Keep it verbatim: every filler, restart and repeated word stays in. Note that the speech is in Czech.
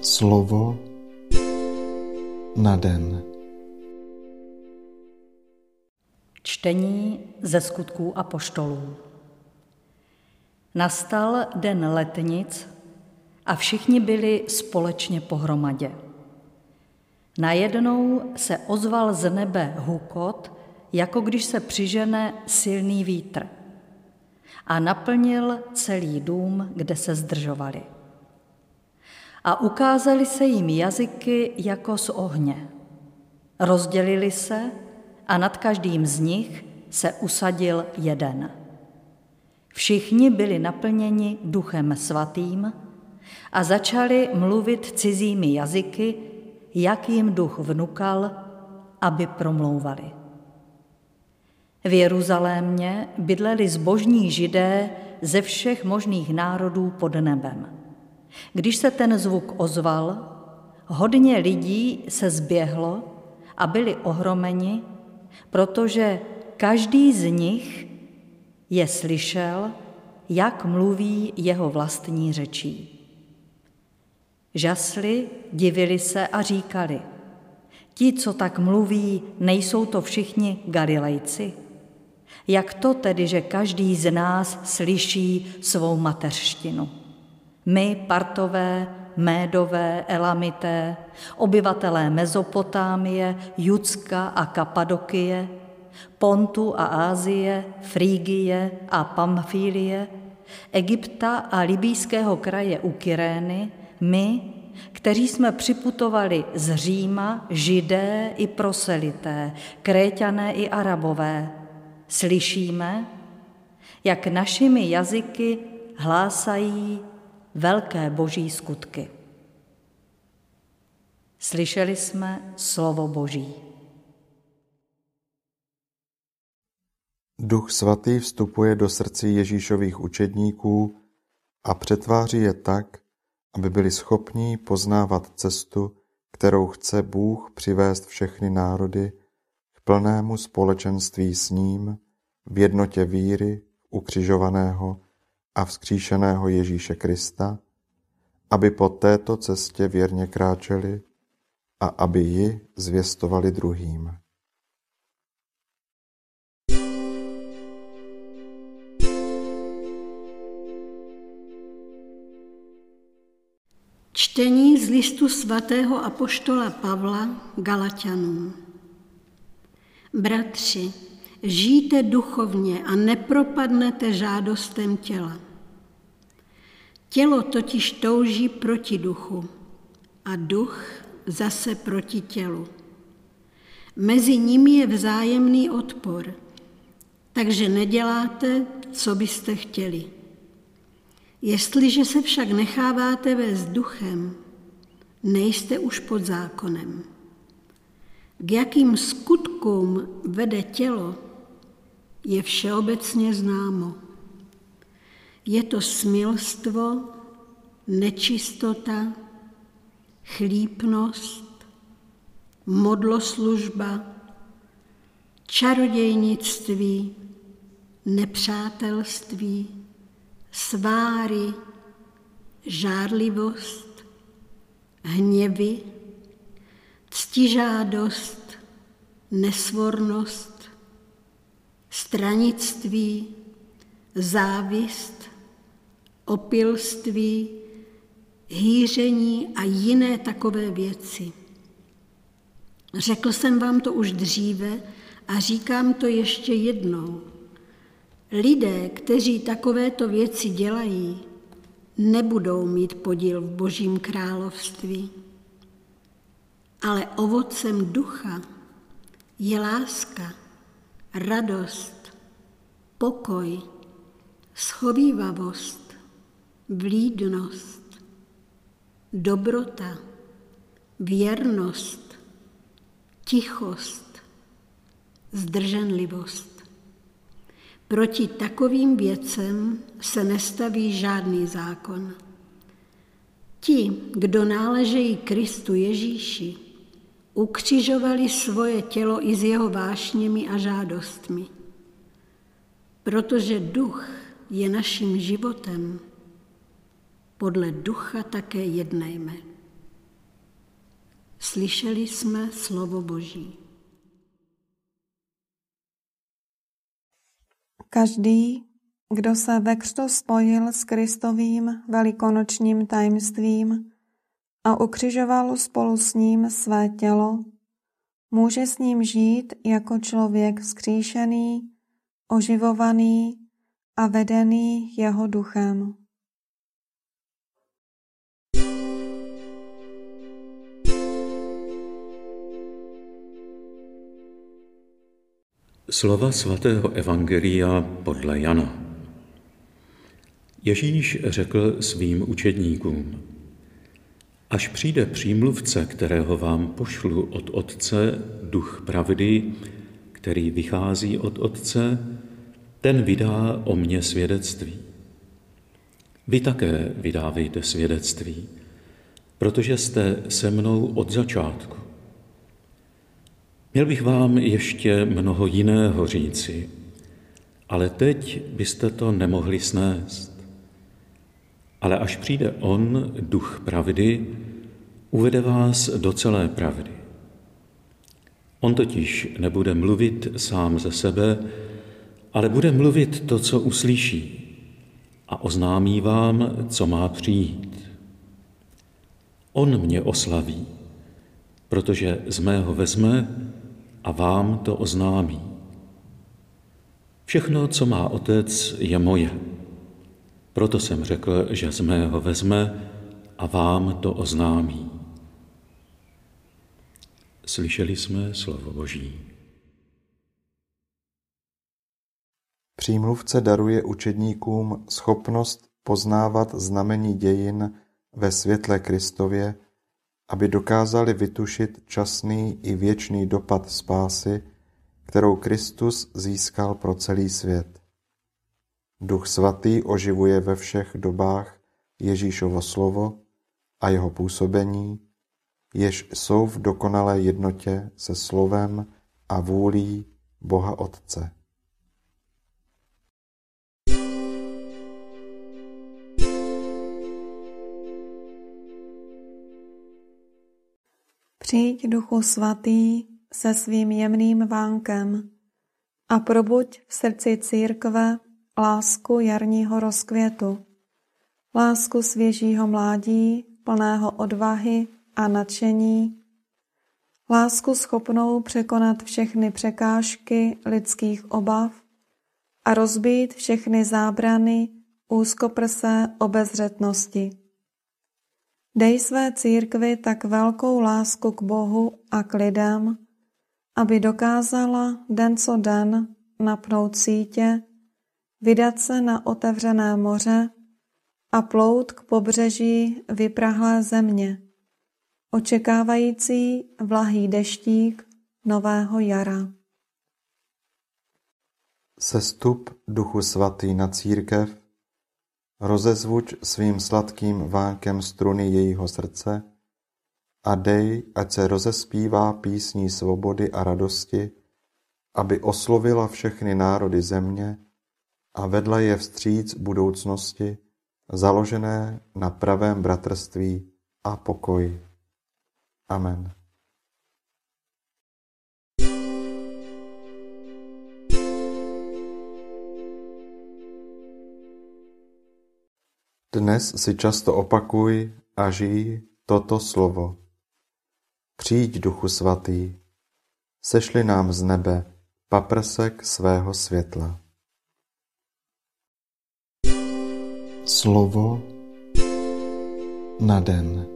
Slovo na den. Čtení ze Skutků apoštolů. Nastal den letnic a všichni byli společně pohromadě. Najednou se ozval z nebe hukot, jako když se přižene silný vítr, a naplnil celý dům, kde se zdržovali. A ukázaly se jim jazyky jako z ohně. Rozdělili se a nad každým z nich se usadil jeden. Všichni byli naplněni Duchem Svatým a začali mluvit cizími jazyky, jak jim Duch vnukal, aby promlouvali. V Jeruzalémě bydleli zbožní Židé ze všech možných národů pod nebem. Když se ten zvuk ozval, hodně lidí se zběhlo a byli ohromeni, protože každý z nich je slyšel, jak mluví jeho vlastní řečí. Žasli, divili se a říkali: ti, co tak mluví, nejsou to všichni Galilejci? Jak to tedy, že každý z nás slyší svou mateřštinu? My, Partové, Médové, Elamité, obyvatelé Mezopotámie, Judska a Kapadokie, Pontu a Ázie, Frígie a Pamfílie, Egypta a libýského kraje u Kyrény, my, kteří jsme připutovali z Říma, Židé i proselité, Kréťané i Arabové, slyšíme, jak našimi jazyky hlásají velké boží skutky. Slyšeli jsme slovo Boží. Duch Svatý vstupuje do srdcí Ježíšových učedníků a přetváří je tak, aby byli schopní poznávat cestu, kterou chce Bůh přivést všechny národy k plnému společenství s ním v jednotě víry ukřižovaného a vzkříšeného Ježíše Krista, aby po této cestě věrně kráčeli a aby ji zvěstovali druhým. Čtení z listu svatého apoštola Pavla Galaťanům. Bratři, žijte duchovně a nepropadnete žádostem těla. Tělo totiž touží proti duchu a duch zase proti tělu. Mezi nimi je vzájemný odpor, takže neděláte, co byste chtěli. Jestliže se však necháváte vést duchem, nejste už pod zákonem. K jakým skutkům vede tělo, je všeobecně známo. Je to smilstvo, nečistota, chlípnost, modloslužba, čarodějnictví, nepřátelství, sváry, žárlivost, hněvy, ctižádost, nesvornost, stranictví, závist, opilství, hýření a jiné takové věci. Řekl jsem vám to už dříve a říkám to ještě jednou. Lidé, kteří takovéto věci dělají, nebudou mít podíl v Božím království. Ale ovocem ducha je láska, radost, pokoj, shovívavost, vlídnost, dobrota, věrnost, tichost, zdrženlivost. Proti takovým věcem se nestaví žádný zákon. Ti, kdo náležejí Kristu Ježíši, ukřižovali svoje tělo i s jeho vášněmi a žádostmi. Protože duch je naším životem, podle ducha také jednejme. Slyšeli jsme slovo Boží. Každý, kdo se ve křtu spojil s Kristovým velikonočním tajemstvím a ukřižoval spolu s ním své tělo, může s ním žít jako člověk vzkříšený, oživovaný a vedený jeho duchem. Slova svatého evangelia podle Jana. Ježíš řekl svým učedníkům: Až přijde přímluvce, kterého vám pošlu od Otce, duch pravdy, který vychází od Otce, ten vydá o mně svědectví. Vy také vydávejte svědectví, protože jste se mnou od začátku. Měl bych vám ještě mnoho jiného říci, ale teď byste to nemohli snést. Ale až přijde on, duch pravdy, uvede vás do celé pravdy. On totiž nebude mluvit sám ze sebe, ale bude mluvit to, co uslyší, a oznámí vám, co má přijít. On mě oslaví, protože z mého vezme a vám to oznámí. Všechno, co má Otec, je moje. Proto jsem řekl, že z mého vezme a vám to oznámí. Slyšeli jsme slovo Boží. Přímluvce daruje učedníkům schopnost poznávat znamení dějin ve světle Kristově, aby dokázali vytušit časný i věčný dopad spásy, kterou Kristus získal pro celý svět. Duch svatý oživuje ve všech dobách Ježíšovo slovo a jeho působení, jež jsou v dokonalé jednotě se slovem a vůlí Boha Otce. Přijď, Duchu svatý, se svým jemným vánkem a probuď v srdci církve lásku jarního rozkvětu, lásku svěžího mládí, plného odvahy a nadšení, lásku schopnou překonat všechny překážky lidských obav a rozbít všechny zábrany úzkoprsé obezřetnosti. Dej své církvi tak velkou lásku k Bohu a k lidem, aby dokázala den co den napnout sítě, vydat se na otevřené moře a plout k pobřeží vyprahlé země, očekávající vlahý deštík nového jara. Sestup, Duchu svatý, na církev, rozezvuč svým sladkým vánkem struny jejího srdce a dej, ať se rozespívá písní svobody a radosti, aby oslovila všechny národy země a vedla je vstříc budoucnosti, založené na pravém bratrství a pokoji. Amen. Dnes si často opakuj a žij toto slovo. Přijď, Duchu svatý, sešli nám z nebe paprsek svého světla. Slovo na den.